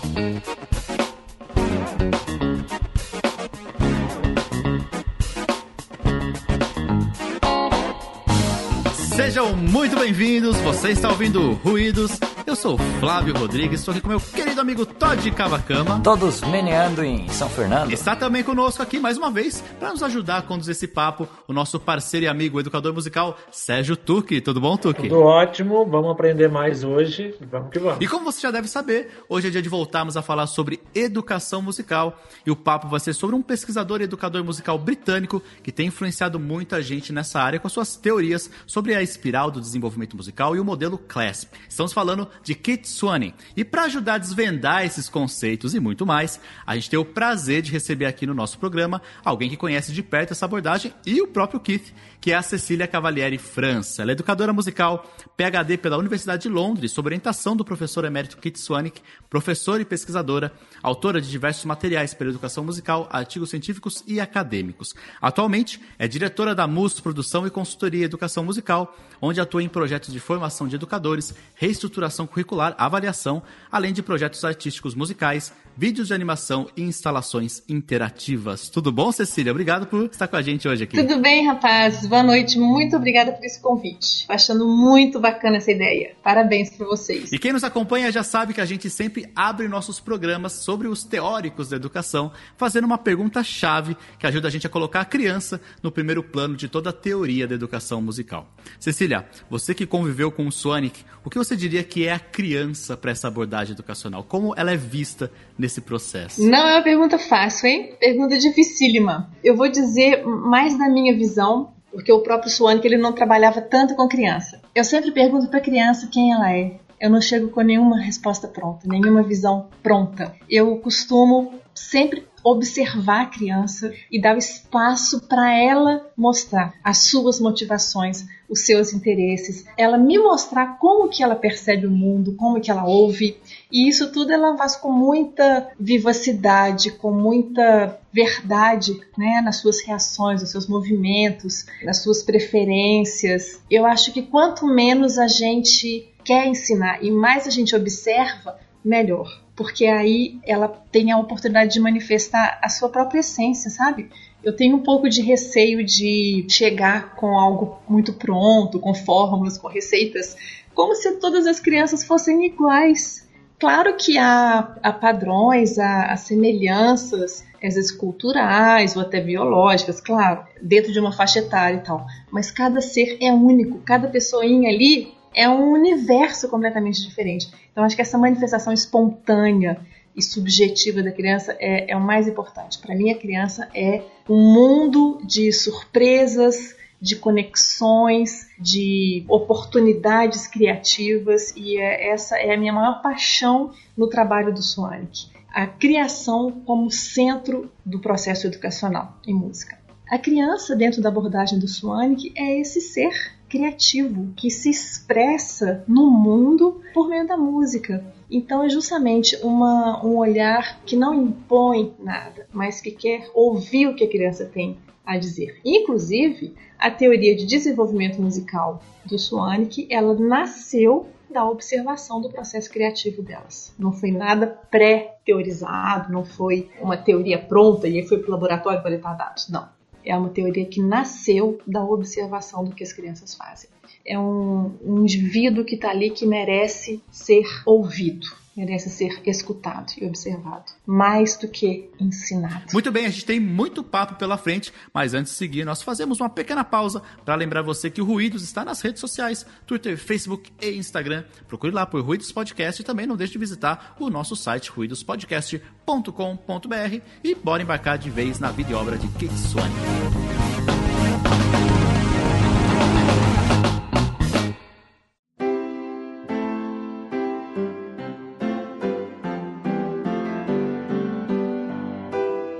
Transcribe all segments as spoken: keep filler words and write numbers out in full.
Sejam muito bem-vindos, você está ouvindo Ruídos. Eu sou o Flávio Rodrigues, estou aqui com meu querido amigo Todd Cavacama. Todos meneando em São Fernando. Está também conosco aqui mais uma vez, para nos ajudar a conduzir esse papo, o nosso parceiro e amigo, o educador musical, Sérgio Tucci. Tudo bom, Tucci? Tudo ótimo, vamos aprender mais hoje, vamos que vamos. E como você já deve saber, hoje é dia de voltarmos a falar sobre educação musical, e o papo vai ser sobre um pesquisador e educador musical britânico que tem influenciado muita gente nessa área com suas teorias sobre a espiral do desenvolvimento musical e o modelo CLASP. Estamos falando de Keith Swaney. E para ajudar a desvendar esses conceitos e muito mais, a gente tem o prazer de receber aqui no nosso programa alguém que conhece de perto essa abordagem e o próprio Keith, que é a Cecília Cavalieri França. Ela é educadora musical, P H D pela Universidade de Londres, sob orientação do professor emérito Keith Swaney, professora e pesquisadora, autora de diversos materiais para educação musical, artigos científicos e acadêmicos. Atualmente, é diretora da M U S Produção e Consultoria Educação Musical, onde atua em projetos de formação de educadores, reestruturação curricular, avaliação, além de projetos artísticos musicais, vídeos de animação e instalações interativas. Tudo bom, Cecília? Obrigado por estar com a gente hoje aqui. Tudo bem, rapazes. Boa noite. Muito obrigada por esse convite. Tô achando muito bacana essa ideia. Parabéns para vocês. E quem nos acompanha já sabe que a gente sempre abre nossos programas sobre os teóricos da educação, fazendo uma pergunta-chave que ajuda a gente a colocar a criança no primeiro plano de toda a teoria da educação musical. Cecília, você que conviveu com o Swaney, o que você diria que é a criança para essa abordagem educacional? Como ela é vista nesse processo? Não é uma pergunta fácil, hein? Pergunta dificílima. Eu vou dizer mais da minha visão, porque o próprio Swaney, ele não trabalhava tanto com criança. Eu sempre pergunto para a criança quem ela é. Eu não chego com nenhuma resposta pronta, nenhuma visão pronta. Eu costumo sempre observar a criança e dar o espaço para ela mostrar as suas motivações, os seus interesses, ela me mostrar como que ela percebe o mundo, como que ela ouve, e isso tudo ela faz com muita vivacidade, com muita verdade, né, nas suas reações, nos seus movimentos, nas suas preferências. Eu acho que quanto menos a gente quer ensinar e mais a gente observa, melhor. Porque aí ela tem a oportunidade de manifestar a sua própria essência, sabe? Eu tenho um pouco de receio de chegar com algo muito pronto, com fórmulas, com receitas, como se todas as crianças fossem iguais. Claro que há, há padrões, há, há semelhanças, às vezes culturais ou até biológicas, claro, dentro de uma faixa etária e tal. Mas cada ser é único, cada pessoinha ali é um universo completamente diferente. Então, acho que essa manifestação espontânea e subjetiva da criança é, é o mais importante. Para mim, a criança é um mundo de surpresas, de conexões, de oportunidades criativas, e é, essa é a minha maior paixão no trabalho do Swaney. A criação como centro do processo educacional em música. A criança, dentro da abordagem do Swaney, é esse ser criativo que se expressa no mundo por meio da música. Então é justamente uma, um olhar que não impõe nada, mas que quer ouvir o que a criança tem a dizer. Inclusive, a teoria de desenvolvimento musical do Swaney, ela nasceu da observação do processo criativo delas. Não foi nada pré-teorizado, não foi uma teoria pronta e aí foi para o laboratório coletar dados. Não. É uma teoria que nasceu da observação do que as crianças fazem. É um, um indivíduo que está ali que merece ser ouvido, merece ser escutado e observado, mais do que ensinado. Muito bem, a gente tem muito papo pela frente, mas antes de seguir, nós fazemos uma pequena pausa para lembrar você que o Ruídos está nas redes sociais, Twitter, Facebook e Instagram. Procure lá por Ruídos Podcast e também não deixe de visitar o nosso site ruídos podcast ponto com ponto b r e bora embarcar de vez na vida e obra de Keith Swaney.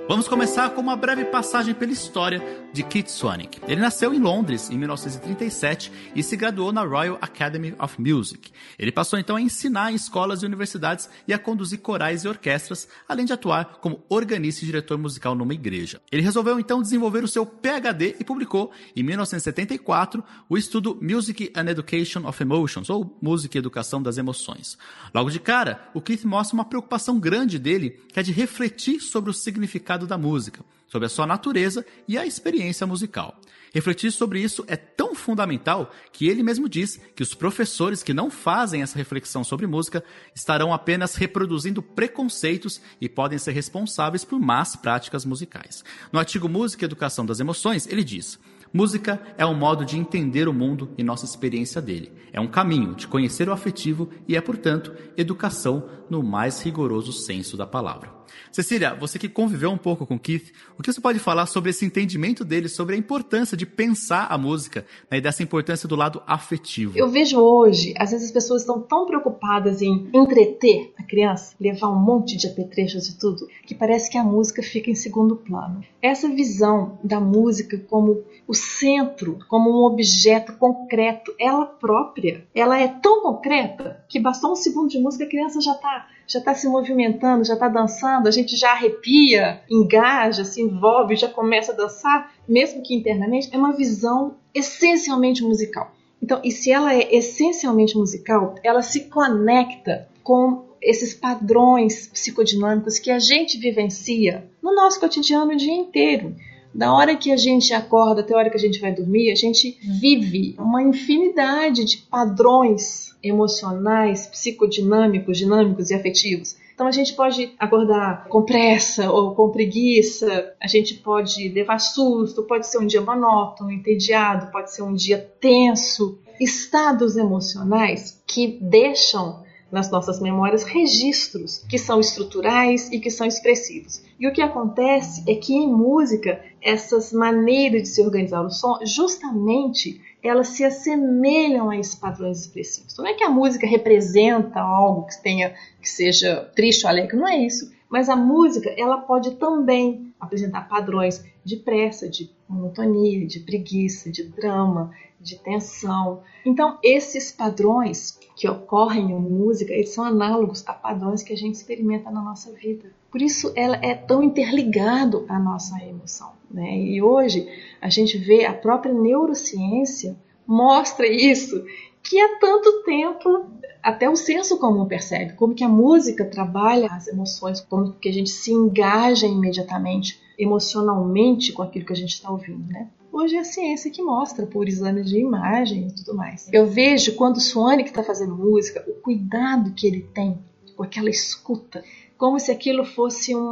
Vamos começar com uma breve passagem pela história de Keith Swanwick. Ele nasceu em Londres em mil novecentos e trinta e sete e se graduou na Royal Academy of Music. Ele passou então a ensinar em escolas e universidades e a conduzir corais e orquestras, além de atuar como organista e diretor musical numa igreja. Ele resolveu então desenvolver o seu P H D e publicou, em mil novecentos e setenta e quatro, o estudo Music and Education of Emotions, ou Música e Educação das Emoções. Logo de cara, o Keith mostra uma preocupação grande dele, que é de refletir sobre o significado da música, sobre a sua natureza e a experiência musical. Refletir sobre isso é tão fundamental que ele mesmo diz que os professores que não fazem essa reflexão sobre música estarão apenas reproduzindo preconceitos e podem ser responsáveis por más práticas musicais. No artigo Música e Educação das Emoções, ele diz: música é um modo de entender o mundo e nossa experiência dele. É um caminho de conhecer o afetivo e é, portanto, educação no mais rigoroso senso da palavra. Cecília, você que conviveu um pouco com Keith, o que você pode falar sobre esse entendimento dele, sobre a importância de pensar a música, né, e dessa importância do lado afetivo? Eu vejo hoje, às vezes as pessoas estão tão preocupadas em entreter a criança, levar um monte de apetrechos e tudo, que parece que a música fica em segundo plano. Essa visão da música como o centro, como um objeto concreto, ela própria, ela é tão concreta que bastou um segundo de música, a criança já está já tá se movimentando, já está dançando, a gente já arrepia, engaja, se envolve, já começa a dançar, mesmo que internamente. É uma visão essencialmente musical. Então, e se ela é essencialmente musical, ela se conecta com esses padrões psicodinâmicos que a gente vivencia no nosso cotidiano o dia inteiro. Da hora que a gente acorda até a hora que a gente vai dormir, a gente vive uma infinidade de padrões emocionais, psicodinâmicos, dinâmicos e afetivos. Então a gente pode acordar com pressa ou com preguiça, a gente pode levar susto, pode ser um dia monótono, entediado, pode ser um dia tenso. Estados emocionais que deixam nas nossas memórias registros que são estruturais e que são expressivos. E o que acontece é que em música, essas maneiras de se organizar o som, justamente elas se assemelham a esses padrões expressivos. Não é que a música representa algo que tenha, que seja triste ou alegre, não é isso. Mas a música, ela pode também apresentar padrões de pressa, de monotonia, de preguiça, de drama, de tensão. Então, esses padrões que ocorrem em música, eles são análogos a padrões que a gente experimenta na nossa vida. Por isso, ela é tão interligado à nossa emoção, né? E hoje, a gente vê a própria neurociência mostra isso, que há tanto tempo até o senso comum percebe, como que a música trabalha as emoções, como que a gente se engaja imediatamente, emocionalmente com aquilo que a gente está ouvindo, né? Hoje é a ciência que mostra, por exame de imagem e tudo mais. Eu vejo quando o Swanwick está fazendo música, o cuidado que ele tem com aquela escuta, como se aquilo fosse um,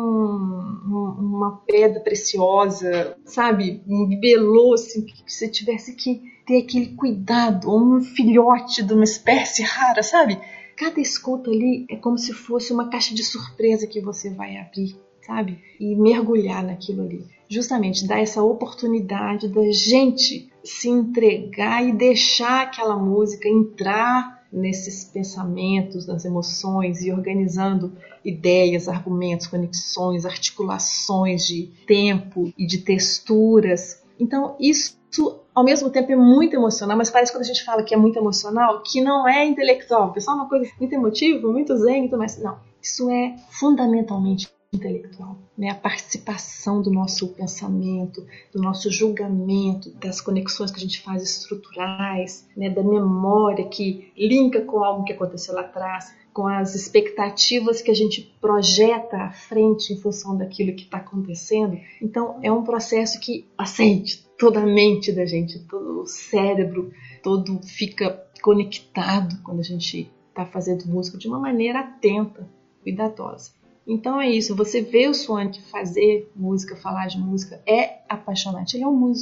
um, uma pedra preciosa, sabe? Um bibelô, assim, que você tivesse que ter aquele cuidado, ou um filhote de uma espécie rara, sabe? Cada escuta ali é como se fosse uma caixa de surpresa que você vai abrir, sabe? E mergulhar naquilo ali. Justamente dar essa oportunidade da gente se entregar e deixar aquela música entrar nesses pensamentos, nas emoções e organizando ideias, argumentos, conexões, articulações de tempo e de texturas. Então isso ao mesmo tempo é muito emocional, mas parece quando a gente fala que é muito emocional, que não é intelectual, é só uma coisa muito emotiva, muito zen e tudo mais. Não, isso é fundamentalmente intelectual, né? A participação do nosso pensamento, do nosso julgamento, das conexões que a gente faz estruturais, né? Da memória que linka com algo que aconteceu lá atrás, com as expectativas que a gente projeta à frente em função daquilo que está acontecendo. Então é um processo que acende toda a mente da gente, todo o cérebro, todo fica conectado quando a gente está fazendo música de uma maneira atenta, cuidadosa. Então é isso, você vê o Swanwick fazer música, falar de música, é apaixonante. Ele é um músico,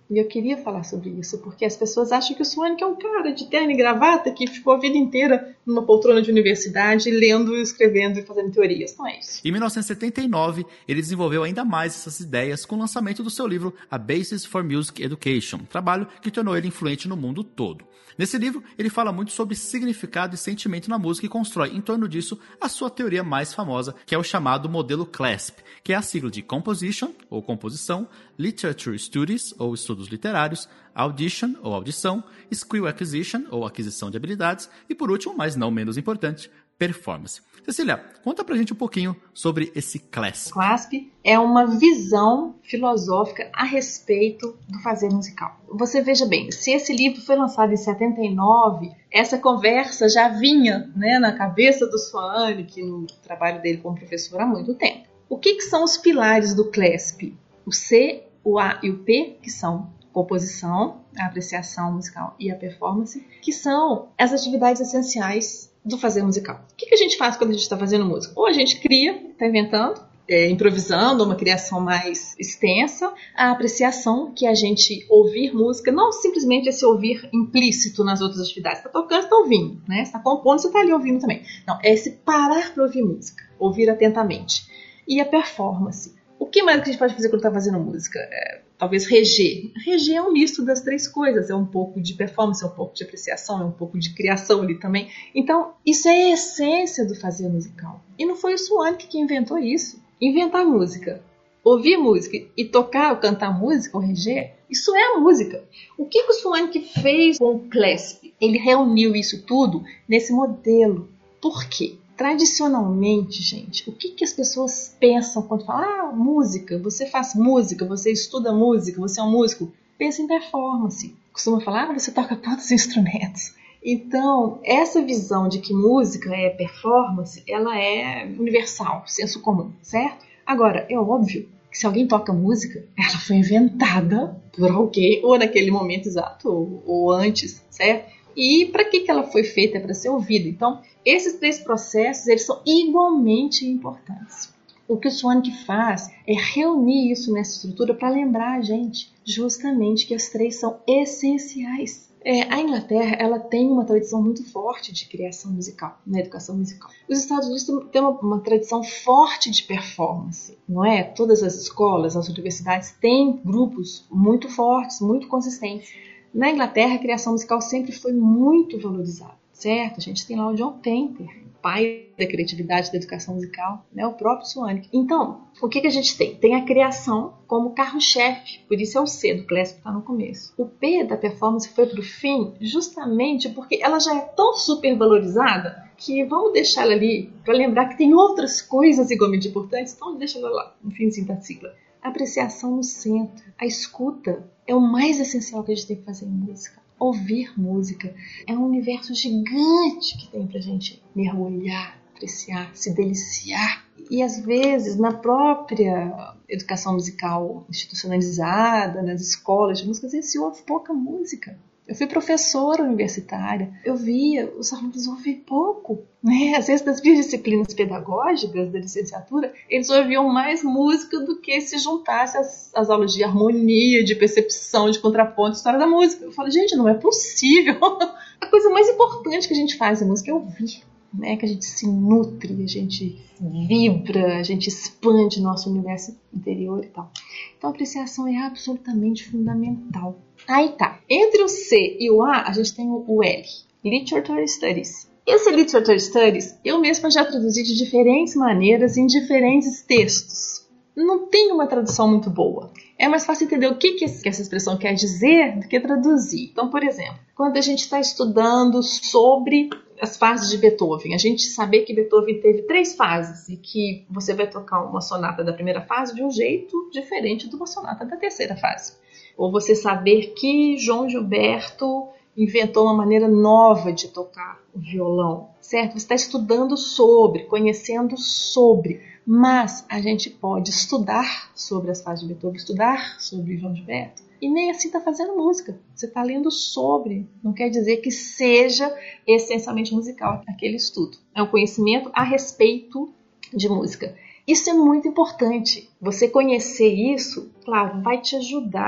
E eu queria falar sobre isso, porque as pessoas acham que o Swank é um cara de terno e gravata que ficou a vida inteira numa poltrona de universidade, lendo, escrevendo e fazendo teorias. Não é isso. Em mil novecentos e setenta e nove, ele desenvolveu ainda mais essas ideias com o lançamento do seu livro A Basis for Music Education, trabalho que tornou ele influente no mundo todo. Nesse livro, ele fala muito sobre significado e sentimento na música e constrói em torno disso a sua teoria mais famosa, que é o chamado modelo CLASP, que é a sigla de Composition, ou composição, Literature Studies, ou estudos literários, Audition, ou audição, Skill Acquisition, ou aquisição de habilidades, e por último, mas não menos importante, Performance. Cecília, conta pra gente um pouquinho sobre esse CLASP. CLASP é uma visão filosófica a respeito do fazer musical. Você veja bem, se esse livro foi lançado em setenta e nove, essa conversa já vinha, né, na cabeça do Swank, no trabalho dele como professor há muito tempo. O que, que são os pilares do CLASP? O C, o A e o P, que são composição, a apreciação musical e a performance, que são as atividades essenciais do fazer musical. O que, que a gente faz quando a gente está fazendo música? Ou a gente cria, está inventando, é, improvisando, uma criação mais extensa, a apreciação, que é a gente ouvir música, não simplesmente esse ouvir implícito nas outras atividades. Está tocando, está ouvindo, né? Está compondo, você está ali ouvindo também. Não, é esse parar para ouvir música, ouvir atentamente. E a performance. O que mais que a gente pode fazer quando está fazendo música? É, talvez reger. Reger é um misto das três coisas. É um pouco de performance, é um pouco de apreciação, é um pouco de criação ali também. Então, isso é a essência do fazer musical. E não foi o Swank que inventou isso. Inventar música, ouvir música e tocar ou cantar música ou reger, isso é a música. O que, que o Swank fez com o CLASP? Ele reuniu isso tudo nesse modelo. Por quê? Tradicionalmente, gente, o que, que as pessoas pensam quando falam, ah, música, você faz música, você estuda música, você é um músico? Pensa em performance. Costuma falar, ah, você toca todos os instrumentos. Então, essa visão de que música é performance, ela é universal, senso comum, certo? Agora, é óbvio que se alguém toca música, ela foi inventada por alguém, ou naquele momento exato, ou, ou antes, certo? E para que, que ela foi feita? É para ser ouvida. Então, esses três processos, eles são igualmente importantes. O que o Swank faz é reunir isso nessa estrutura para lembrar a gente justamente que as três são essenciais. É, a Inglaterra, ela tem uma tradição muito forte de criação musical, na educação musical. Os Estados Unidos têm uma, uma tradição forte de performance, não é? Todas as escolas, as universidades têm grupos muito fortes, muito consistentes. Na Inglaterra, a criação musical sempre foi muito valorizada, certo? A gente tem lá o John Temper, pai da criatividade da educação musical, né? O próprio Swank. Então, o que, que a gente tem? Tem a criação como carro-chefe, por isso é o C do CLASP que está no começo. O P da performance foi para o fim justamente porque ela já é tão super valorizada que vamos deixar ela ali para lembrar que tem outras coisas igualmente importantes, então deixa ela lá, no finzinho da sigla. A apreciação no centro, a escuta é o mais essencial que a gente tem que fazer em música. Ouvir música é um universo gigante que tem pra gente mergulhar, apreciar, se deliciar. E às vezes na própria educação musical institucionalizada, nas escolas de música, às vezes se ouve pouca música. Eu fui professora universitária, eu via os alunos ouvir pouco, né? Às vezes das minhas disciplinas pedagógicas da licenciatura, eles ouviam mais música do que se juntasse às, às aulas de harmonia, de percepção, de contraponto, história da música. Eu falo, gente, não é possível. A coisa mais importante que a gente faz na música é ouvir, né? Que a gente se nutre, a gente vibra, a gente expande nosso universo interior e tal. Então a apreciação é absolutamente fundamental. Aí tá, entre o C e o A, a gente tem o L, Literature Studies. Esse Literature Studies, eu mesma já traduzi de diferentes maneiras em diferentes textos. Não tem uma tradução muito boa. É mais fácil entender o que, que essa expressão quer dizer do que traduzir. Então, por exemplo, quando a gente está estudando sobre as fases de Beethoven, a gente saber que Beethoven teve três fases e que você vai tocar uma sonata da primeira fase de um jeito diferente de uma sonata da terceira fase. Ou você saber que João Gilberto inventou uma maneira nova de tocar o violão, certo? Você está estudando sobre, conhecendo sobre, mas a gente pode estudar sobre as fases de Beethoven, estudar sobre João Gilberto, e nem assim está fazendo música. Você está lendo sobre, não quer dizer que seja essencialmente musical aquele estudo. É um conhecimento a respeito de música. Isso é muito importante. Você conhecer isso, claro, vai te ajudar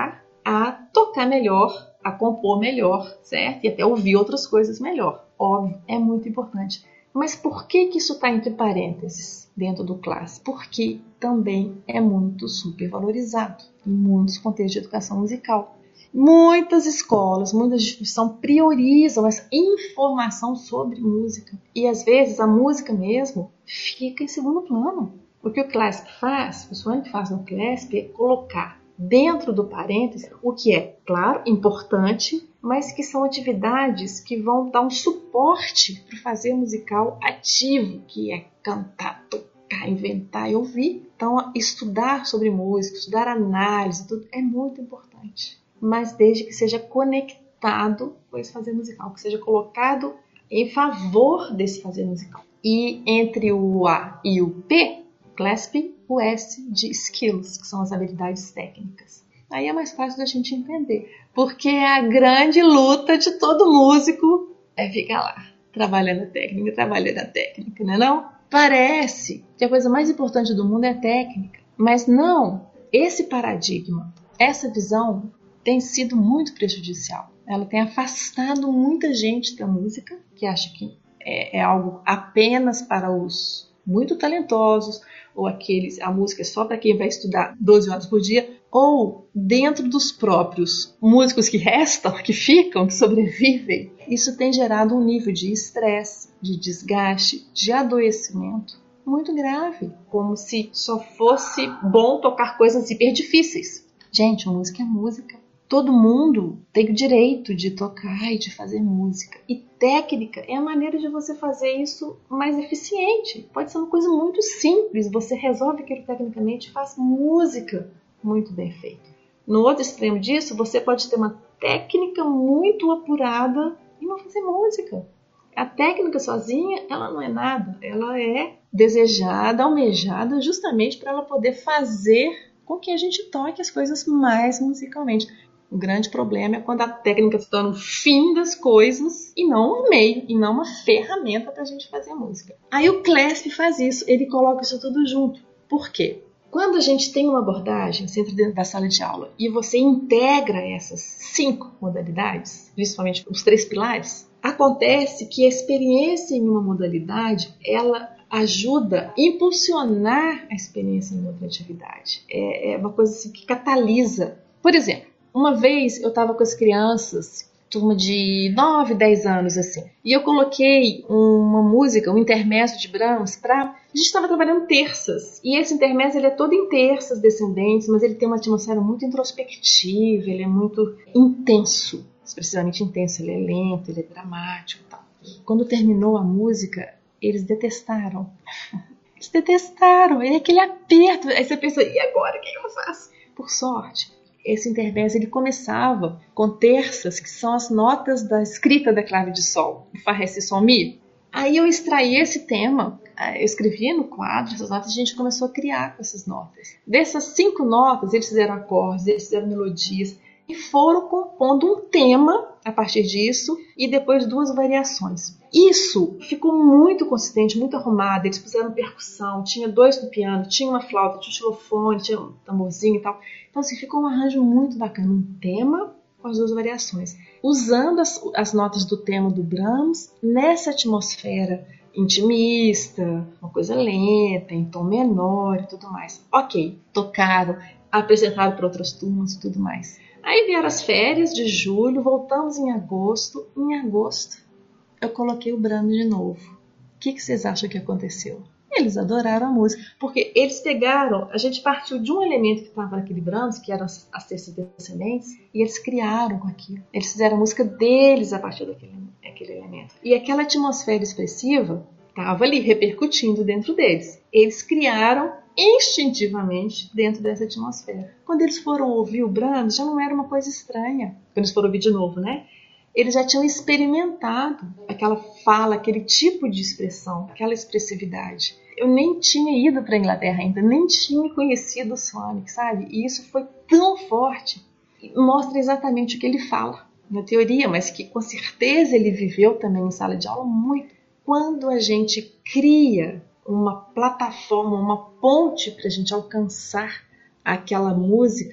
a tocar melhor, a compor melhor, certo? E até ouvir outras coisas melhor. Óbvio, é muito importante. Mas por que que isso está entre parênteses dentro do classe? Porque também é muito supervalorizado em muitos contextos de educação musical. Muitas escolas, muitas instituições priorizam essa informação sobre música. E às vezes a música mesmo fica em segundo plano. O que o CLASP faz, o Swank faz no CLASP, é colocar dentro do parênteses o que é, claro, importante, mas que são atividades que vão dar um suporte para o fazer musical ativo, que é cantar, tocar, inventar e ouvir. Então, estudar sobre música, estudar análise, tudo é muito importante. Mas desde que seja conectado com esse fazer musical, que seja colocado em favor desse fazer musical. E entre o A e o P, CLASP, o S de skills, que são as habilidades técnicas. Aí é mais fácil da gente entender, porque a grande luta de todo músico é ficar lá, trabalhando a técnica, trabalhando a técnica, não é não? Parece que a coisa mais importante do mundo é a técnica, mas não, esse paradigma, essa visão tem sido muito prejudicial. Ela tem afastado muita gente da música, que acha que é, é algo apenas para os muito talentosos, ou aqueles, a música é só para quem vai estudar doze horas por dia, ou dentro dos próprios músicos que restam, que ficam, que sobrevivem. Isso tem gerado um nível de estresse, de desgaste, de adoecimento muito grave, como se só fosse bom tocar coisas hiper difíceis. Gente, música é música. Todo mundo tem o direito de tocar e de fazer música. E técnica é a maneira de você fazer isso mais eficiente. Pode ser uma coisa muito simples. Você resolve aquilo tecnicamente e faz música muito bem feita. No outro extremo disso, você pode ter uma técnica muito apurada e não fazer música. A técnica sozinha, ela não é nada. Ela é desejada, almejada, justamente para ela poder fazer com que a gente toque as coisas mais musicalmente. O grande problema é quando a técnica se torna o fim das coisas e não um meio, e não uma ferramenta para a gente fazer música. Aí o CLASP faz isso, ele coloca isso tudo junto. Por quê? Quando a gente tem uma abordagem, você entra dentro da sala de aula e você integra essas cinco modalidades, principalmente os três pilares, acontece que a experiência em uma modalidade, ela ajuda a impulsionar a experiência em outra atividade. É, é uma coisa assim que catalisa. Por exemplo, uma vez eu estava com as crianças, turma de nove, dez anos, assim, e eu coloquei uma música, um intermezzo de Brahms, para... A gente estava trabalhando terças, e esse intermezzo ele é todo em terças descendentes, mas ele tem uma atmosfera muito introspectiva, ele é muito intenso, expressivamente intenso, ele é lento, ele é dramático e tal. Quando terminou a música, eles detestaram. Eles detestaram, é aquele aperto. Aí você pensa, e agora, o que eu faço? Por sorte, esse intermezzo ele começava com terças, que são as notas da escrita da clave de sol, Fá, Ré, Si, Sol, Mi. Aí eu extraí esse tema, eu escrevi no quadro essas notas e a gente começou a criar com essas notas. Dessas cinco notas, eles fizeram acordes, eles fizeram melodias e foram compondo um tema a partir disso e depois duas variações. Isso ficou muito consistente, muito arrumado, eles puseram percussão, tinha dois no piano, tinha uma flauta, tinha um xilofone, tinha um tamborzinho e tal. Então assim, ficou um arranjo muito bacana, um tema com as duas variações. Usando as, as notas do tema do Brahms nessa atmosfera intimista, uma coisa lenta, em tom menor e tudo mais. Ok, tocaram, apresentaram para outras turmas e tudo mais. Aí vieram as férias de julho, voltamos em agosto. Em agosto, eu coloquei o Brahms de novo. O que, que vocês acham que aconteceu? Eles adoraram a música, porque eles pegaram, a gente partiu de um elemento que estava naquele Brahms, que eram as, as terças descendentes, e eles criaram com aquilo. Eles fizeram a música deles a partir daquele, daquele elemento. E aquela atmosfera expressiva estava ali repercutindo dentro deles. Eles criaram instintivamente dentro dessa atmosfera. Quando eles foram ouvir o Brahms, já não era uma coisa estranha. Quando eles foram ouvir de novo, né? Eles já tinham experimentado aquela fala, aquele tipo de expressão, aquela expressividade. Eu nem tinha ido para a Inglaterra ainda, nem tinha conhecido o Sonic, sabe? E isso foi tão forte. Mostra exatamente o que ele fala na teoria, mas que com certeza ele viveu também em sala de aula muito. Quando a gente cria uma plataforma, uma ponte para a gente alcançar aquela música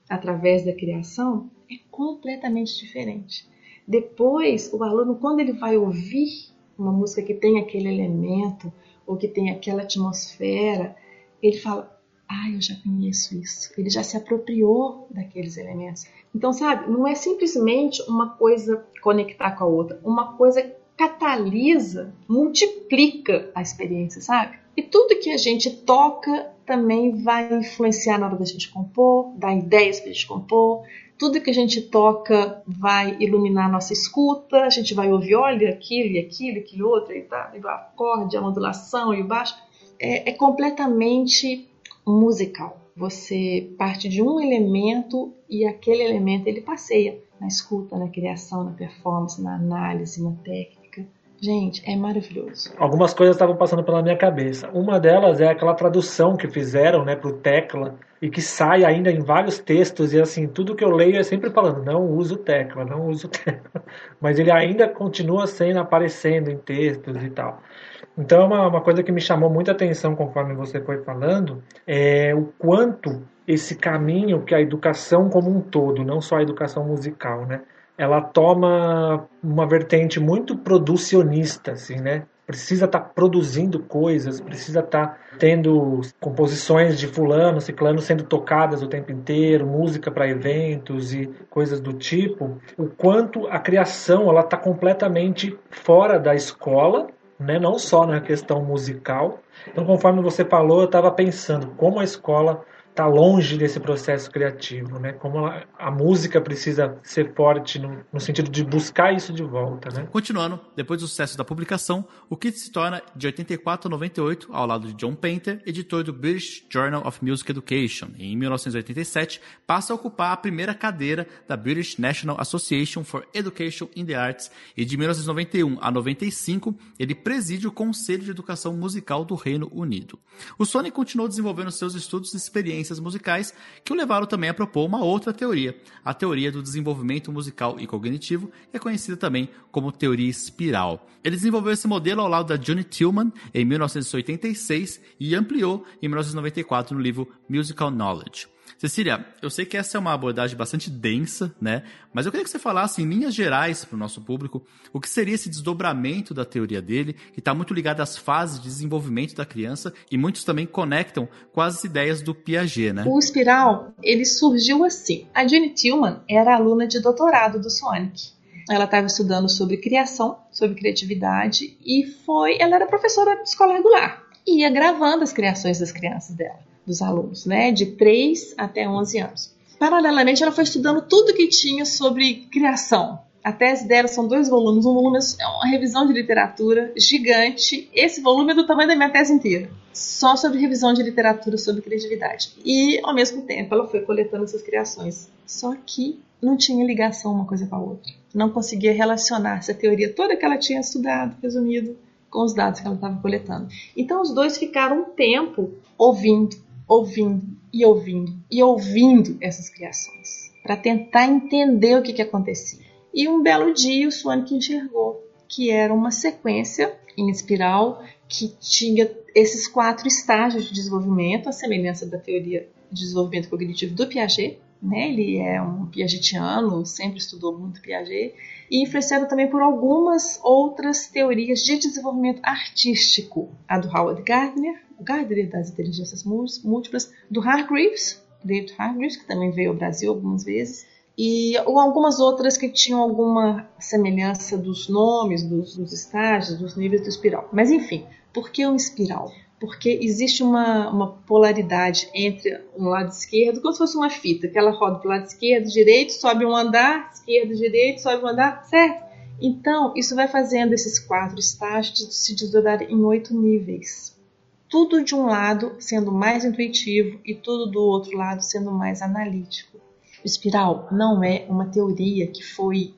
através da criação é completamente diferente. Depois, o aluno, quando ele vai ouvir uma música que tem aquele elemento ou que tem aquela atmosfera, ele fala, ah, eu já conheço isso. Ele já se apropriou daqueles elementos. Então, sabe, não é simplesmente uma coisa conectar com a outra. Uma coisa catalisa, multiplica a experiência, sabe? E tudo que a gente toca também vai influenciar na hora da gente compor, dar ideias para a gente compor. Tudo que a gente toca vai iluminar a nossa escuta. A gente vai ouvir, olha, aquilo e aquilo, aquilo outro, e tá, e o acorde, a modulação e o baixo. É, é completamente musical. Você parte de um elemento e aquele elemento ele passeia na escuta, na criação, na performance, na análise, na técnica. Gente, é maravilhoso. Algumas coisas estavam passando pela minha cabeça. Uma delas é aquela tradução que fizeram, né, para o Tecla e que sai ainda em vários textos e assim, tudo que eu leio é sempre falando, não uso Tecla, não uso Tecla. Mas ele ainda continua sendo, aparecendo em textos e tal. Então, uma, uma coisa que me chamou muita atenção conforme você foi falando é o quanto esse caminho que a educação como um todo, não só a educação musical, né, ela toma uma vertente muito producionista, assim, né? Precisa estar tá produzindo coisas, precisa estar tá tendo composições de fulano, ciclano sendo tocadas o tempo inteiro, música para eventos e coisas do tipo. O quanto a criação ela está completamente fora da escola, né? Não só na questão musical. Então, conforme você falou, eu estava pensando como a escola está longe desse processo criativo, né? Como a, a música precisa ser forte no, no sentido de buscar isso de volta, né? Continuando, depois do sucesso da publicação, o Kit se torna de oitenta e quatro a noventa e oito ao lado de John Painter, editor do British Journal of Music Education, e em mil novecentos e oitenta e sete passa a ocupar a primeira cadeira da British National Association for Education in the Arts, e de mil novecentos e noventa e um a noventa e cinco ele preside o Conselho de Educação Musical do Reino Unido. O Sony continuou desenvolvendo seus estudos e experiências musicais que o levaram também a propor uma outra teoria, a teoria do desenvolvimento musical e cognitivo, que é conhecida também como teoria espiral. Ele desenvolveu esse modelo ao lado da Johnny Tillman em mil novecentos e oitenta e seis e ampliou em mil novecentos e noventa e quatro no livro Musical Knowledge. Cecília, eu sei que essa é uma abordagem bastante densa, né? Mas eu queria que você falasse, em linhas gerais, para o nosso público, o que seria esse desdobramento da teoria dele, que está muito ligado às fases de desenvolvimento da criança, e muitos também conectam com as ideias do Piaget, né? O espiral, ele surgiu assim. A Jenny Tillman era aluna de doutorado do Sonic. Ela estava estudando sobre criação, sobre criatividade, e foi, ela era professora de escola regular. E ia gravando as criações das crianças dela, dos alunos, né, de três até onze anos. Paralelamente, ela foi estudando tudo que tinha sobre criação. A tese dela são dois volumes. Um volume é uma revisão de literatura gigante. Esse volume é do tamanho da minha tese inteira. Só sobre revisão de literatura sobre criatividade. E, ao mesmo tempo, ela foi coletando essas criações. Só que não tinha ligação uma coisa com a outra. Não conseguia relacionar essa teoria toda que ela tinha estudado, resumido, com os dados que ela estava coletando. Então, os dois ficaram um tempo ouvindo, ouvindo e ouvindo e ouvindo essas criações para tentar entender o que, que acontecia. E um belo dia o Sonic enxergou que era uma sequência em espiral que tinha esses quatro estágios de desenvolvimento, a semelhança da teoria de desenvolvimento cognitivo do Piaget, né? Ele é um piagetiano, sempre estudou muito Piaget, e influenciado também por algumas outras teorias de desenvolvimento artístico, a do Howard Gardner, o Gardner das inteligências múltiplas, do Hargreaves, David Hargreaves, que também veio ao Brasil algumas vezes, e algumas outras que tinham alguma semelhança dos nomes, dos, dos estágios, dos níveis do espiral. Mas enfim, por que um espiral? Porque existe uma, uma polaridade entre um lado esquerdo, como se fosse uma fita, que ela roda para o lado esquerdo, direito, sobe um andar, esquerdo, direito, sobe um andar, certo? Então, isso vai fazendo esses quatro estágios se desdobrarem em oito níveis. Tudo de um lado sendo mais intuitivo e tudo do outro lado sendo mais analítico. O espiral não é uma teoria que foi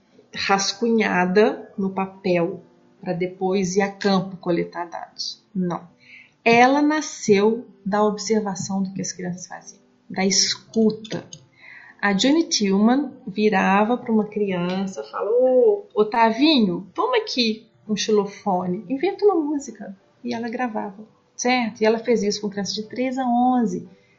rascunhada no papel para depois ir a campo coletar dados. Não. Ela nasceu da observação do que as crianças faziam, da escuta. A Johnny Tillman virava para uma criança e falou: ô, Otavinho, toma aqui um xilofone, inventa uma música. E ela gravava, certo? E ela fez isso com crianças de três a onze.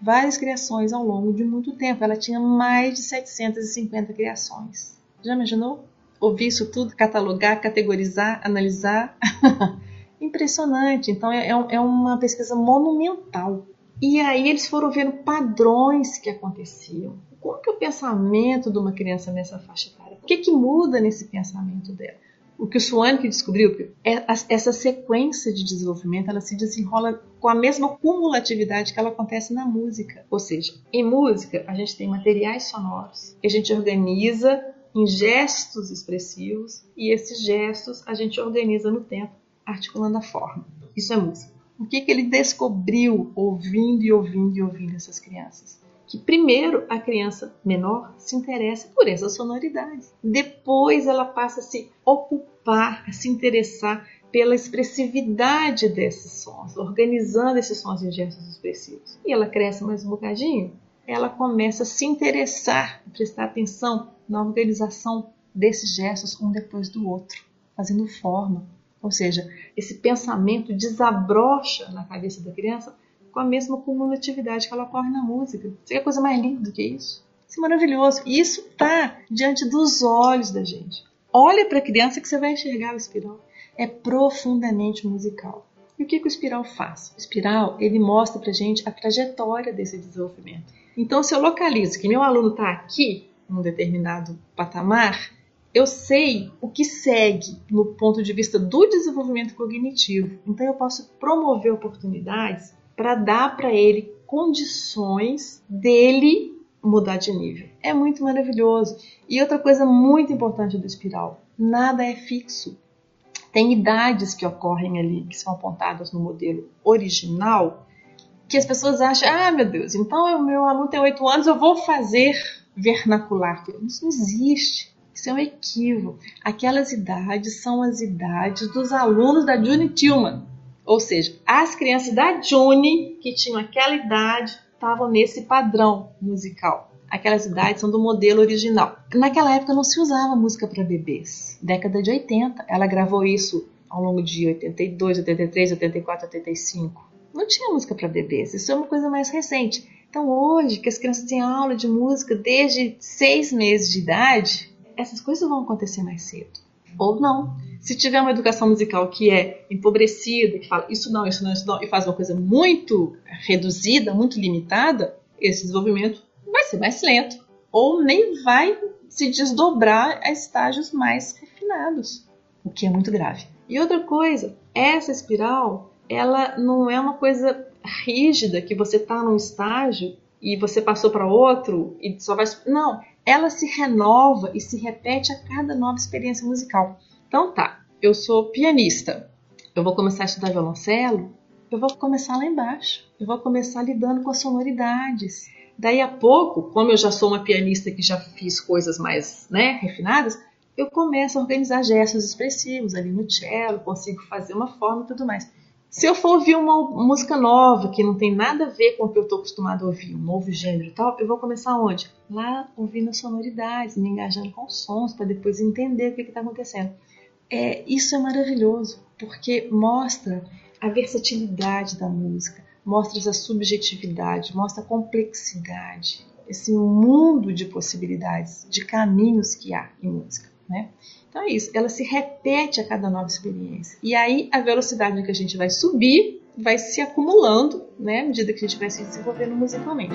várias criações ao longo de muito tempo. Ela tinha mais de setecentas e cinquenta criações. Já imaginou? Ouvir isso tudo, catalogar, categorizar, analisar? Impressionante. Então é, é uma pesquisa monumental. E aí eles foram vendo padrões que aconteciam. Como que é o pensamento de uma criança nessa faixa etária? O que, que muda nesse pensamento dela? O que o Suanic descobriu é essa sequência de desenvolvimento, ela se desenrola com a mesma cumulatividade que ela acontece na música. Ou seja, em música a gente tem materiais sonoros que a gente organiza em gestos expressivos e esses gestos a gente organiza no tempo, articulando a forma. Isso é música. O que, que ele descobriu ouvindo e ouvindo e ouvindo essas crianças? Que primeiro a criança menor se interessa por essas sonoridades. Depois ela passa a se ocupar, a se interessar pela expressividade desses sons, organizando esses sons em gestos expressivos. E ela cresce mais um bocadinho, ela começa a se interessar, a prestar atenção na organização desses gestos um depois do outro, fazendo forma. Ou seja, esse pensamento desabrocha na cabeça da criança com a mesma cumulatividade que ela ocorre na música. Você quer coisa mais linda do que isso? Isso é maravilhoso. E isso está diante dos olhos da gente. Olha para a criança que você vai enxergar o espiral. É profundamente musical. E o que, que o espiral faz? O espiral, ele mostra para a gente a trajetória desse desenvolvimento. Então, se eu localizo que meu aluno está aqui, num determinado patamar, eu sei o que segue no ponto de vista do desenvolvimento cognitivo. Então, eu posso promover oportunidades para dar para ele condições dele mudar de nível. É muito maravilhoso. E outra coisa muito importante do espiral, nada é fixo. Tem idades que ocorrem ali, que são apontadas no modelo original, que as pessoas acham, ah, meu Deus, então o meu aluno tem oito anos, eu vou fazer vernacular. Isso não existe. Isso é um equívoco. Aquelas idades são as idades dos alunos da June Tillman. Ou seja, as crianças da June que tinham aquela idade estavam nesse padrão musical. Aquelas idades são do modelo original. Naquela época não se usava música para bebês. Década de oitenta, ela gravou isso ao longo de oitenta e dois, oitenta e três, oitenta e quatro, oitenta e cinco. Não tinha música para bebês, isso é uma coisa mais recente. Então hoje, que as crianças têm aula de música desde seis meses de idade, essas coisas vão acontecer mais cedo. Ou não. Se tiver uma educação musical que é empobrecida, que fala isso não, isso não, isso não, e faz uma coisa muito reduzida, muito limitada, esse desenvolvimento vai ser mais lento. Ou nem vai se desdobrar a estágios mais refinados, o que é muito grave. E outra coisa, essa espiral, ela não é uma coisa rígida, que você está num estágio e você passou para outro e só vai... Não, ela se renova e se repete a cada nova experiência musical. Então tá, eu sou pianista, eu vou começar a estudar violoncelo, eu vou começar lá embaixo, eu vou começar lidando com as sonoridades. Daí a pouco, como eu já sou uma pianista que já fiz coisas mais, né, refinadas, eu começo a organizar gestos expressivos ali no cello, consigo fazer uma forma e tudo mais. Se eu for ouvir uma música nova, que não tem nada a ver com o que eu estou acostumado a ouvir, um novo gênero e tal, eu vou começar onde? Lá ouvindo as sonoridades, me engajando com os sons, para depois entender o que está acontecendo. É, isso é maravilhoso, porque mostra a versatilidade da música, mostra essa subjetividade, mostra a complexidade, esse mundo de possibilidades, de caminhos que há em música, né? Então é isso, ela se repete a cada nova experiência. E aí a velocidade que a gente vai subir vai se acumulando, né, à medida que a gente vai se desenvolvendo musicalmente.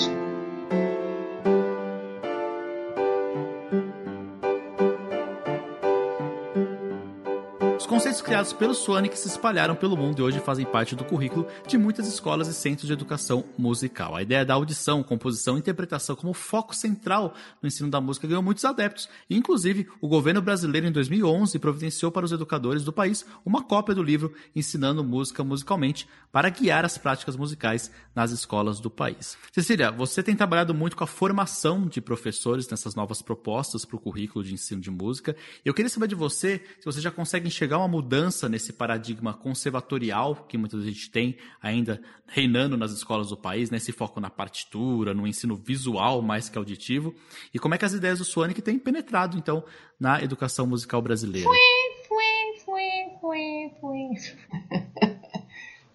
Os conceitos criados pelo Suanic se espalharam pelo mundo e hoje fazem parte do currículo de muitas escolas e centros de educação musical. A ideia da audição, composição e interpretação como foco central no ensino da música ganhou muitos adeptos. E, inclusive, o governo brasileiro, em dois mil e onze, providenciou para os educadores do país uma cópia do livro Ensinando Música Musicalmente para guiar as práticas musicais nas escolas do país. Cecília, você tem trabalhado muito com a formação de professores nessas novas propostas para o currículo de ensino de música. Eu queria saber de você se você já consegue enxergar uma mudança nesse paradigma conservatorial que muita gente tem ainda reinando nas escolas do país, nesse foco na partitura, no ensino visual mais que auditivo, e como é que as ideias do Suanic têm penetrado, então, na educação musical brasileira?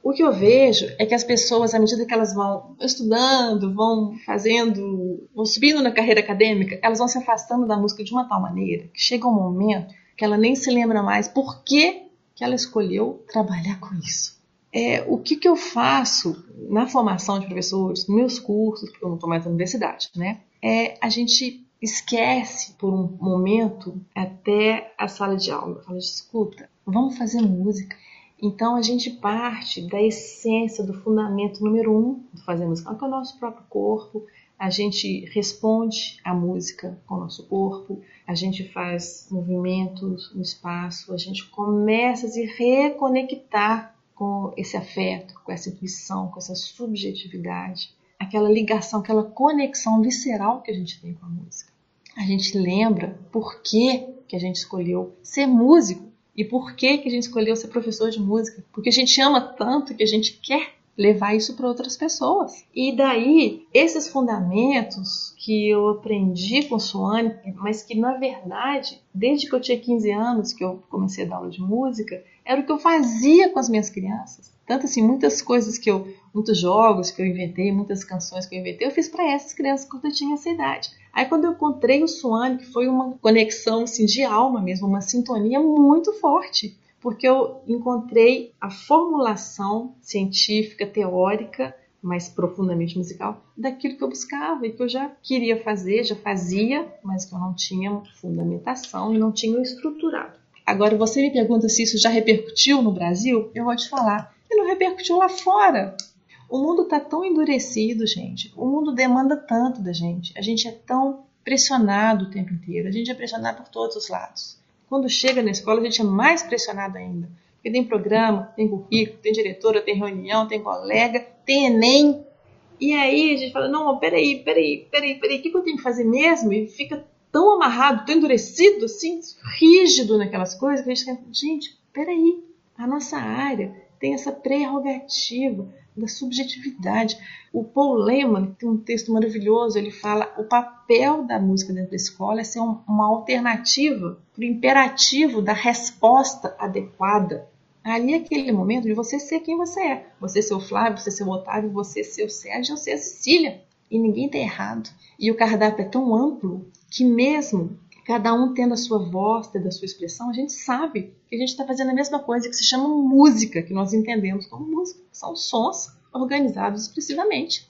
O que eu vejo é que as pessoas, à medida que elas vão estudando, vão fazendo, vão subindo na carreira acadêmica, elas vão se afastando da música de uma tal maneira que chega um momento que ela nem se lembra mais por que, que ela escolheu trabalhar com isso. É, o que, que eu faço na formação de professores, nos meus cursos, porque eu não estou mais na universidade, né? É a gente esquece por um momento até a sala de aula. Fala, escuta, vamos fazer música. Então a gente parte da essência, do fundamento número um do fazer música, que é o nosso próprio corpo. A gente responde à música com o nosso corpo, a gente faz movimentos no espaço, a gente começa a se reconectar com esse afeto, com essa intuição, com essa subjetividade, aquela ligação, aquela conexão visceral que a gente tem com a música. A gente lembra por que, que a gente escolheu ser músico e por que, que a gente escolheu ser professor de música. Porque a gente ama tanto que a gente quer levar isso para outras pessoas. E daí, esses fundamentos que eu aprendi com Suane, mas que na verdade, desde que eu tinha quinze anos, que eu comecei a dar aula de música, era o que eu fazia com as minhas crianças. Tanto assim, muitas coisas que eu, muitos jogos que eu inventei, muitas canções que eu inventei, eu fiz para essas crianças quando eu tinha essa idade. Aí quando eu encontrei o Suane, que foi uma conexão assim, de alma mesmo, uma sintonia muito forte, porque eu encontrei a formulação científica, teórica, mas profundamente musical, daquilo que eu buscava e que eu já queria fazer, já fazia, mas que eu não tinha fundamentação e não tinha estruturado. Agora, você me pergunta se isso já repercutiu no Brasil, eu vou te falar, e não repercutiu lá fora. O mundo está tão endurecido, gente, o mundo demanda tanto da gente, a gente é tão pressionado o tempo inteiro, a gente é pressionado por todos os lados. Quando chega na escola, a gente é mais pressionado ainda. Porque tem programa, tem currículo, tem diretora, tem reunião, tem colega, tem Enem. E aí a gente fala, não, peraí, peraí, peraí, peraí, o que eu tenho que fazer mesmo? E fica tão amarrado, tão endurecido, assim, rígido naquelas coisas, que a gente fica, gente, peraí, a nossa área tem essa prerrogativa da subjetividade. O Paul Lehmann tem um texto maravilhoso, ele fala o papel da música dentro da escola é ser um, uma alternativa para o imperativo da resposta adequada. Ali é aquele momento de você ser quem você é. Você ser o Flávio, você ser o Otávio, você ser o Sérgio, você ser a Cecília. E ninguém está errado. E o cardápio é tão amplo que mesmo cada um tendo a sua voz, tendo a sua expressão, a gente sabe que a gente está fazendo a mesma coisa, que se chama música, que nós entendemos como música. São sons organizados expressivamente.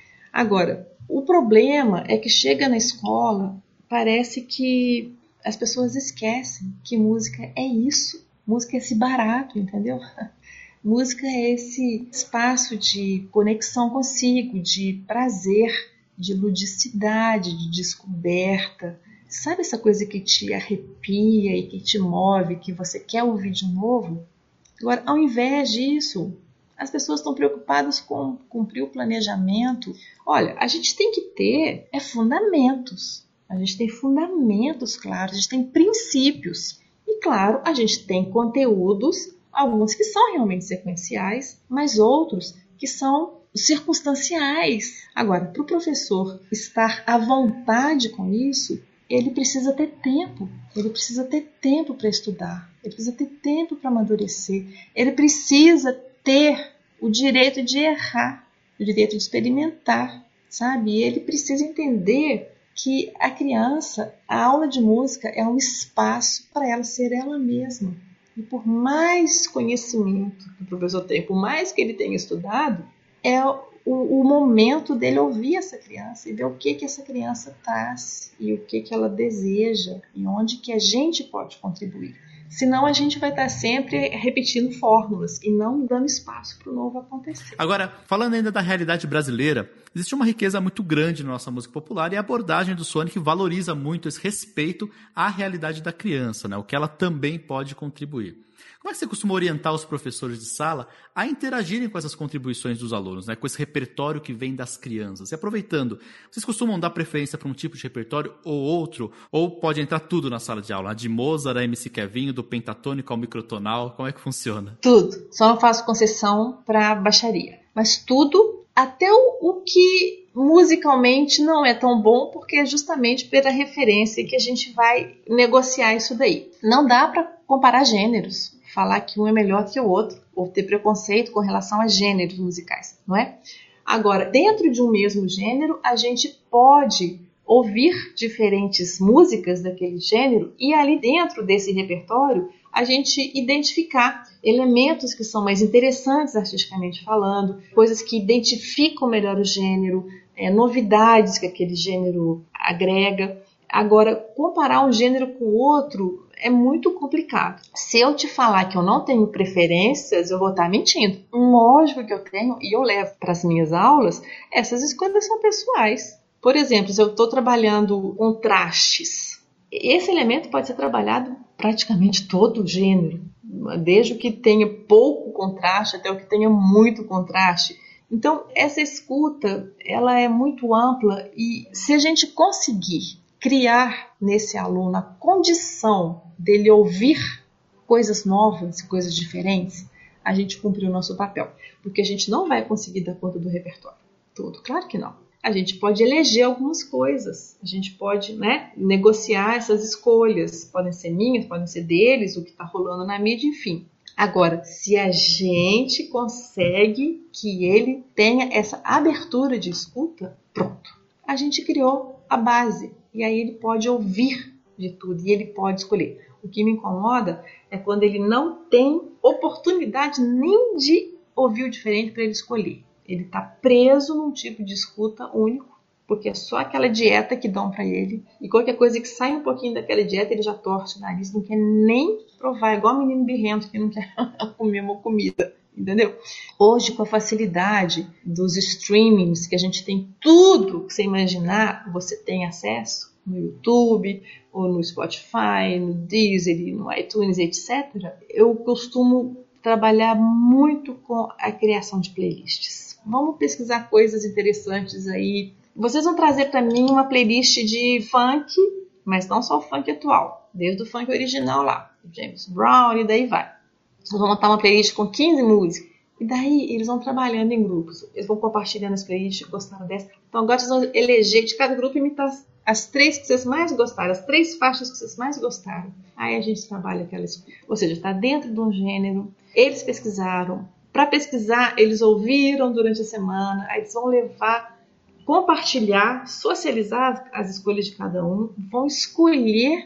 Agora, o problema é que chega na escola, parece que as pessoas esquecem que música é isso. Música é esse barato, entendeu? Música é esse espaço de conexão consigo, de prazer, de ludicidade, de descoberta. Sabe essa coisa que te arrepia e que te move, que você quer ouvir de novo? Agora, ao invés disso, as pessoas estão preocupadas com cumprir o planejamento. Olha, a gente tem que ter é fundamentos. A gente tem fundamentos claros, a gente tem princípios. E, claro, a gente tem conteúdos, alguns que são realmente sequenciais, mas outros que são circunstanciais. Agora, para o professor estar à vontade com isso, ele precisa ter tempo, ele precisa ter tempo para estudar, ele precisa ter tempo para amadurecer, ele precisa ter o direito de errar, o direito de experimentar, sabe? E ele precisa entender que a criança, a aula de música é um espaço para ela ser ela mesma. E por mais conhecimento que o professor tem, por mais que ele tenha estudado, é o, o momento dele ouvir essa criança e ver o que, que essa criança traz e o que, que ela deseja e onde que a gente pode contribuir. Senão a gente vai estar sempre repetindo fórmulas e não dando espaço para o novo acontecer. Agora, falando ainda da realidade brasileira, existe uma riqueza muito grande na nossa música popular e a abordagem do Suane que valoriza muito esse respeito à realidade da criança, né? O que ela também pode contribuir. Como é que você costuma orientar os professores de sala a interagirem com essas contribuições dos alunos, né? Com esse repertório que vem das crianças? E aproveitando, vocês costumam dar preferência para um tipo de repertório ou outro? Ou pode entrar tudo na sala de aula? De Mozart a M C Kevinho, do pentatônico ao microtonal? Como é que funciona? Tudo. Só não faço concessão para baixaria. Mas tudo, até o, o que musicalmente não é tão bom, porque é justamente pela referência que a gente vai negociar isso daí. Não dá para comparar gêneros. Falar que um é melhor que o outro, ou ter preconceito com relação a gêneros musicais, não é? Agora, dentro de um mesmo gênero, a gente pode ouvir diferentes músicas daquele gênero e ali dentro desse repertório a gente identificar elementos que são mais interessantes artisticamente falando, coisas que identificam melhor o gênero, é, novidades que aquele gênero agrega. Agora, comparar um gênero com o outro é muito complicado. Se eu te falar que eu não tenho preferências, eu vou estar mentindo. Lógico que eu tenho, e eu levo para as minhas aulas, essas escolhas são pessoais. Por exemplo, se eu estou trabalhando contrastes, esse elemento pode ser trabalhado praticamente todo o gênero, desde o que tenha pouco contraste até o que tenha muito contraste. Então, essa escuta, ela é muito ampla e se a gente conseguir criar nesse aluno a condição dele ouvir coisas novas, coisas diferentes, a gente cumpriu o nosso papel. Porque a gente não vai conseguir dar conta do repertório todo, claro que não. A gente pode eleger algumas coisas, a gente pode, né, negociar essas escolhas, podem ser minhas, podem ser deles, o que está rolando na mídia, enfim. Agora, se a gente consegue que ele tenha essa abertura de escuta, pronto. A gente criou a base e aí ele pode ouvir de tudo e ele pode escolher. O que me incomoda é quando ele não tem oportunidade nem de ouvir o diferente para ele escolher. Ele está preso num tipo de escuta único, porque é só aquela dieta que dão para ele. E qualquer coisa que sai um pouquinho daquela dieta, ele já torce o nariz, não quer nem provar, igual o menino birrento que não quer comer uma comida, entendeu? Hoje, com a facilidade dos streamings, que a gente tem tudo que você imaginar, você tem acesso no YouTube, ou no Spotify, no Deezer, no iTunes, etcétera. Eu costumo trabalhar muito com a criação de playlists. Vamos pesquisar coisas interessantes aí. Vocês vão trazer para mim uma playlist de funk, mas não só o funk atual, desde o funk original lá, James Brown e daí vai. Vocês vão montar uma playlist com quinze músicas. E daí eles vão trabalhando em grupos. Eles vão compartilhando as playlists, gostaram dessa. Então agora vocês vão eleger de cada grupo e imitar as, as três que vocês mais gostaram, as três faixas que vocês mais gostaram. Aí a gente trabalha aquelas. Ou seja, está dentro de um gênero. Eles pesquisaram. Para pesquisar, eles ouviram durante a semana. Aí eles vão levar, compartilhar, socializar as escolhas de cada um. Vão escolher,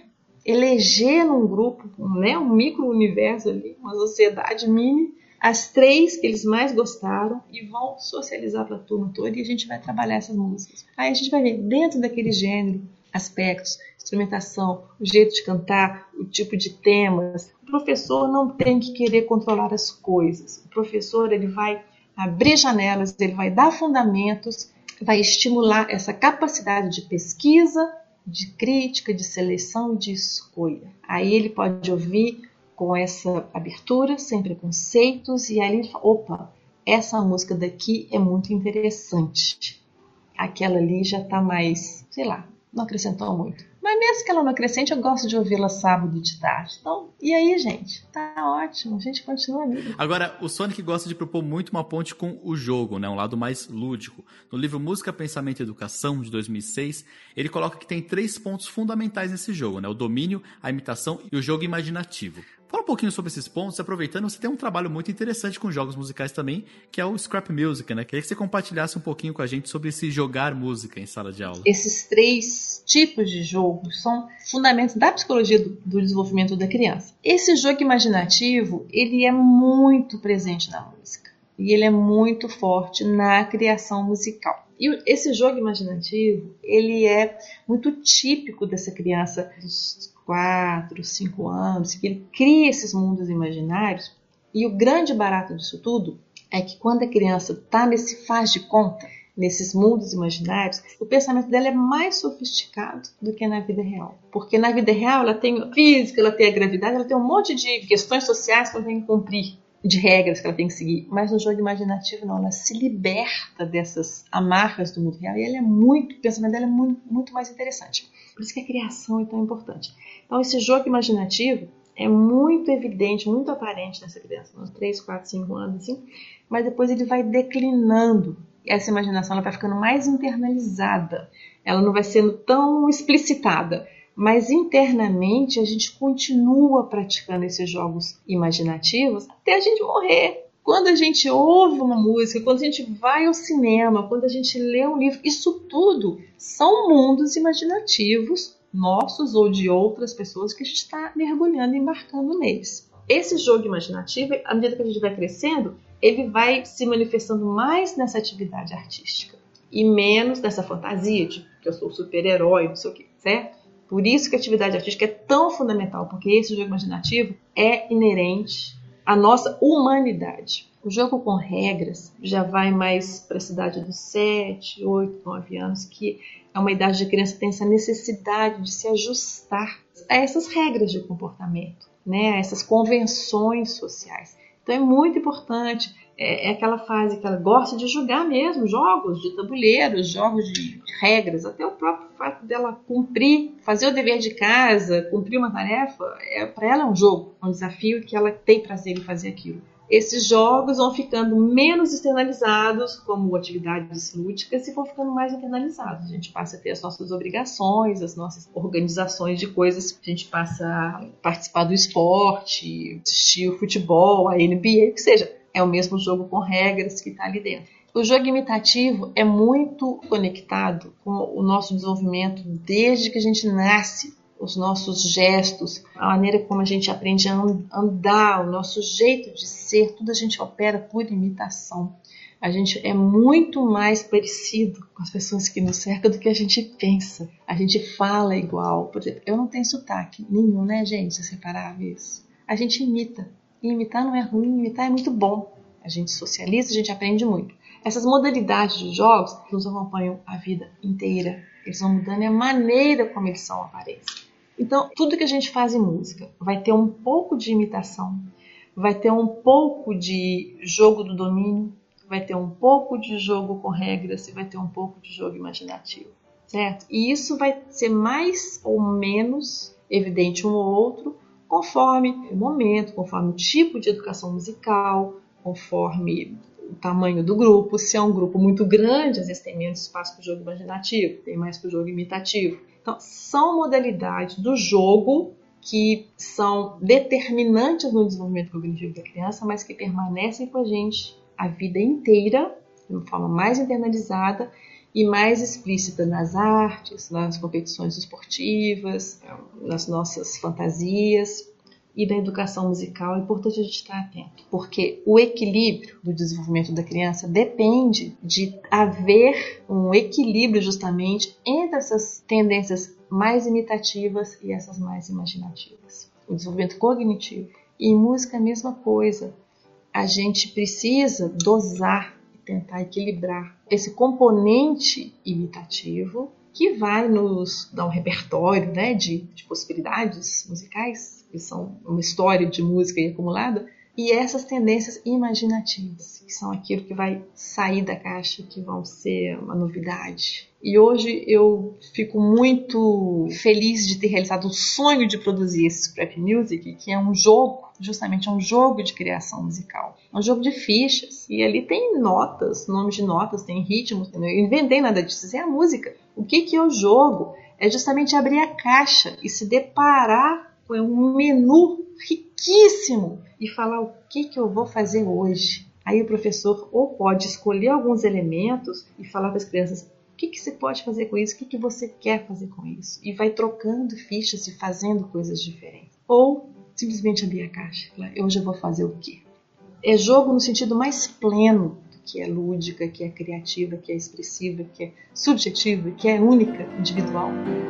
eleger num grupo, né, um micro-universo ali, uma sociedade mini, as três que eles mais gostaram e vão socializar para a turma toda e a gente vai trabalhar essas músicas. Aí a gente vai ver dentro daquele gênero, aspectos, instrumentação, o jeito de cantar, o tipo de temas. O professor não tem que querer controlar as coisas. O professor ele vai abrir janelas, ele vai dar fundamentos, vai estimular essa capacidade de pesquisa, de crítica, de seleção e de escolha. Aí ele pode ouvir com essa abertura, sem preconceitos, e aí ele fala, opa, essa música daqui é muito interessante. Aquela ali já está mais, sei lá, não acrescentou muito. Mas mesmo que ela não acrescente, eu gosto de ouvi-la sábado de tarde. Então, e aí, gente? Tá ótimo, a gente continua amigo. Agora, o Sonic gosta de propor muito uma ponte com o jogo, né? Um lado mais lúdico. No livro Música, Pensamento e Educação, de dois mil e seis, ele coloca que tem três pontos fundamentais nesse jogo, né? O domínio, a imitação e o jogo imaginativo. Fala um pouquinho sobre esses pontos, aproveitando, você tem um trabalho muito interessante com jogos musicais também, que é o Scrap Music, né? Queria que você compartilhasse um pouquinho com a gente sobre esse jogar música em sala de aula. Esses três tipos de jogo são fundamentos da psicologia do, do desenvolvimento da criança. Esse jogo imaginativo, ele é muito presente na música e ele é muito forte na criação musical. E esse jogo imaginativo, ele é muito típico dessa criança dos quatro, cinco anos, que ele cria esses mundos imaginários. E o grande barato disso tudo é que quando a criança está nesse faz de conta, nesses mundos imaginários, o pensamento dela é mais sofisticado do que na vida real. Porque na vida real ela tem a física, ela tem a gravidade, ela tem um monte de questões sociais que ela tem que cumprir, de regras que ela tem que seguir. Mas no jogo imaginativo não, ela se liberta dessas amarras do mundo real e ela é muito, o pensamento dela é muito, muito mais interessante. Por isso que a criação é tão importante. Então esse jogo imaginativo é muito evidente, muito aparente nessa criança, uns três, quatro, cinco anos assim, mas depois ele vai declinando. Essa imaginação ela vai ficando mais internalizada, ela não vai sendo tão explicitada, mas internamente a gente continua praticando esses jogos imaginativos até a gente morrer. Quando a gente ouve uma música, quando a gente vai ao cinema, quando a gente lê um livro, isso tudo são mundos imaginativos, nossos ou de outras pessoas, que a gente está mergulhando e embarcando neles. Esse jogo imaginativo, à medida que a gente vai crescendo, ele vai se manifestando mais nessa atividade artística e menos nessa fantasia de que eu sou super-herói, não sei o quê, certo? Por isso que a atividade artística é tão fundamental, porque esse jogo imaginativo é inerente à nossa humanidade. O jogo com regras já vai mais para a idade dos sete, oito, nove anos, que é uma idade de criança que tem essa necessidade de se ajustar a essas regras de comportamento, né? A essas convenções sociais. Então é muito importante, é, é aquela fase que ela gosta de jogar mesmo, jogos de tabuleiro, jogos de, de regras, até o próprio fato dela cumprir, fazer o dever de casa, cumprir uma tarefa, é, para ela é um jogo, um desafio que ela tem prazer em fazer aquilo. Esses jogos vão ficando menos externalizados como atividades lúdicas e vão ficando mais internalizados. A gente passa a ter as nossas obrigações, as nossas organizações de coisas. A gente passa a participar do esporte, assistir o futebol, a N B A, o que seja. É o mesmo jogo com regras que está ali dentro. O jogo imitativo é muito conectado com o nosso desenvolvimento desde que a gente nasce. Os nossos gestos, a maneira como a gente aprende a andar, o nosso jeito de ser, tudo a gente opera por imitação. A gente é muito mais parecido com as pessoas que nos cercam do que a gente pensa. A gente fala igual. Por exemplo, eu não tenho sotaque nenhum, né, gente? Vocês repararam isso? A gente imita. E imitar não é ruim, imitar é muito bom. A gente socializa, a gente aprende muito. Essas modalidades de jogos nos acompanham a vida inteira. Eles vão mudando a maneira como eles são aparentes. Então, tudo que a gente faz em música vai ter um pouco de imitação, vai ter um pouco de jogo do domínio, vai ter um pouco de jogo com regras e vai ter um pouco de jogo imaginativo, certo? E isso vai ser mais ou menos evidente um ou outro conforme o momento, conforme o tipo de educação musical, conforme o tamanho do grupo. Se é um grupo muito grande, às vezes tem menos espaço para o jogo imaginativo, tem mais para o jogo imitativo. Então, são modalidades do jogo que são determinantes no desenvolvimento cognitivo da criança, mas que permanecem com a gente a vida inteira, de uma forma mais internalizada e mais explícita nas artes, nas competições esportivas, nas nossas fantasias. E da educação musical é importante a gente estar atento, porque o equilíbrio do desenvolvimento da criança depende de haver um equilíbrio justamente entre essas tendências mais imitativas e essas mais imaginativas. O desenvolvimento cognitivo. E em música a mesma coisa. A gente precisa dosar e tentar equilibrar esse componente imitativo que vai nos dar um repertório, né, de, de possibilidades musicais, que são uma história de música acumulada, e essas tendências imaginativas, que são aquilo que vai sair da caixa, que vão ser uma novidade. E hoje eu fico muito feliz de ter realizado o sonho de produzir esse Scrap Music, que é um jogo, justamente é um jogo de criação musical. É um jogo de fichas, e ali tem notas, nomes de notas, tem ritmos. Eu não inventei nada disso, isso é a música. O que, que é o jogo? É justamente abrir a caixa e se deparar com um menu riquíssimo e falar o que, que eu vou fazer hoje. Aí o professor ou pode escolher alguns elementos e falar para as crianças o que, que você pode fazer com isso, o que, que você quer fazer com isso. E vai trocando fichas e fazendo coisas diferentes. Ou simplesmente abrir a caixa e falar, hoje eu vou fazer o quê? É jogo no sentido mais pleno, que é lúdica, que é criativa, que é expressiva, que é subjetiva, que é única, individual.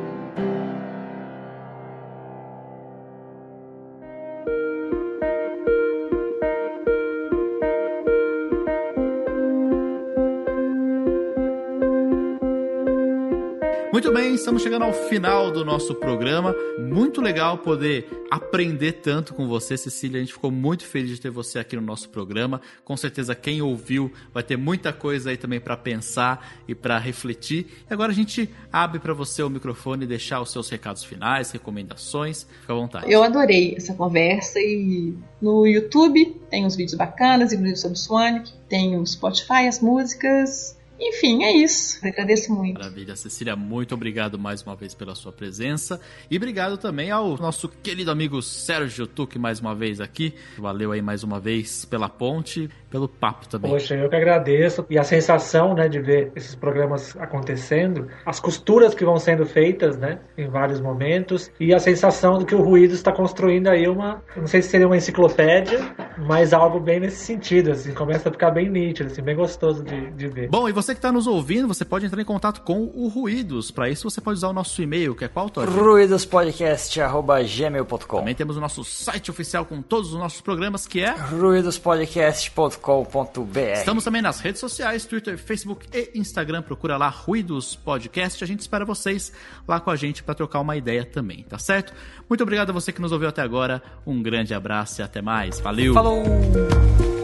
Muito bem, estamos chegando ao final do nosso programa. Muito legal poder aprender tanto com você, Cecília. A gente ficou muito feliz de ter você aqui no nosso programa. Com certeza quem ouviu vai ter muita coisa aí também para pensar e para refletir. E agora a gente abre para você o microfone e deixar os seus recados finais, recomendações. Fica à vontade. Eu adorei essa conversa e no YouTube tem uns vídeos bacanas, inclusive sobre o Sonic. Tem o Spotify, as músicas. Enfim, é isso. Eu agradeço muito. Maravilha, Cecília, muito obrigado mais uma vez pela sua presença e obrigado também ao nosso querido amigo Sérgio Tuque mais uma vez aqui. Valeu aí mais uma vez pela ponte, pelo papo também. Poxa, eu que agradeço. E a sensação, né, de ver esses programas acontecendo, as costuras que vão sendo feitas, né, em vários momentos, e a sensação de que o Ruído está construindo aí uma, não sei se seria uma enciclopédia, mas algo bem nesse sentido, assim, começa a ficar bem nítido, assim, bem gostoso de, de ver. Bom, e você que está nos ouvindo, você pode entrar em contato com o Ruídos. Para isso, você pode usar o nosso e-mail, que é qual, Todd? ruidospodcast arroba gmail ponto com. Também temos o nosso site oficial com todos os nossos programas, que é ruidospodcast ponto com ponto b r. Estamos também nas redes sociais, Twitter, Facebook e Instagram. Procura lá Ruídos Podcast. A gente espera vocês lá com a gente para trocar uma ideia também, tá certo? Muito obrigado a você que nos ouviu até agora. Um grande abraço e até mais. Valeu! Falou!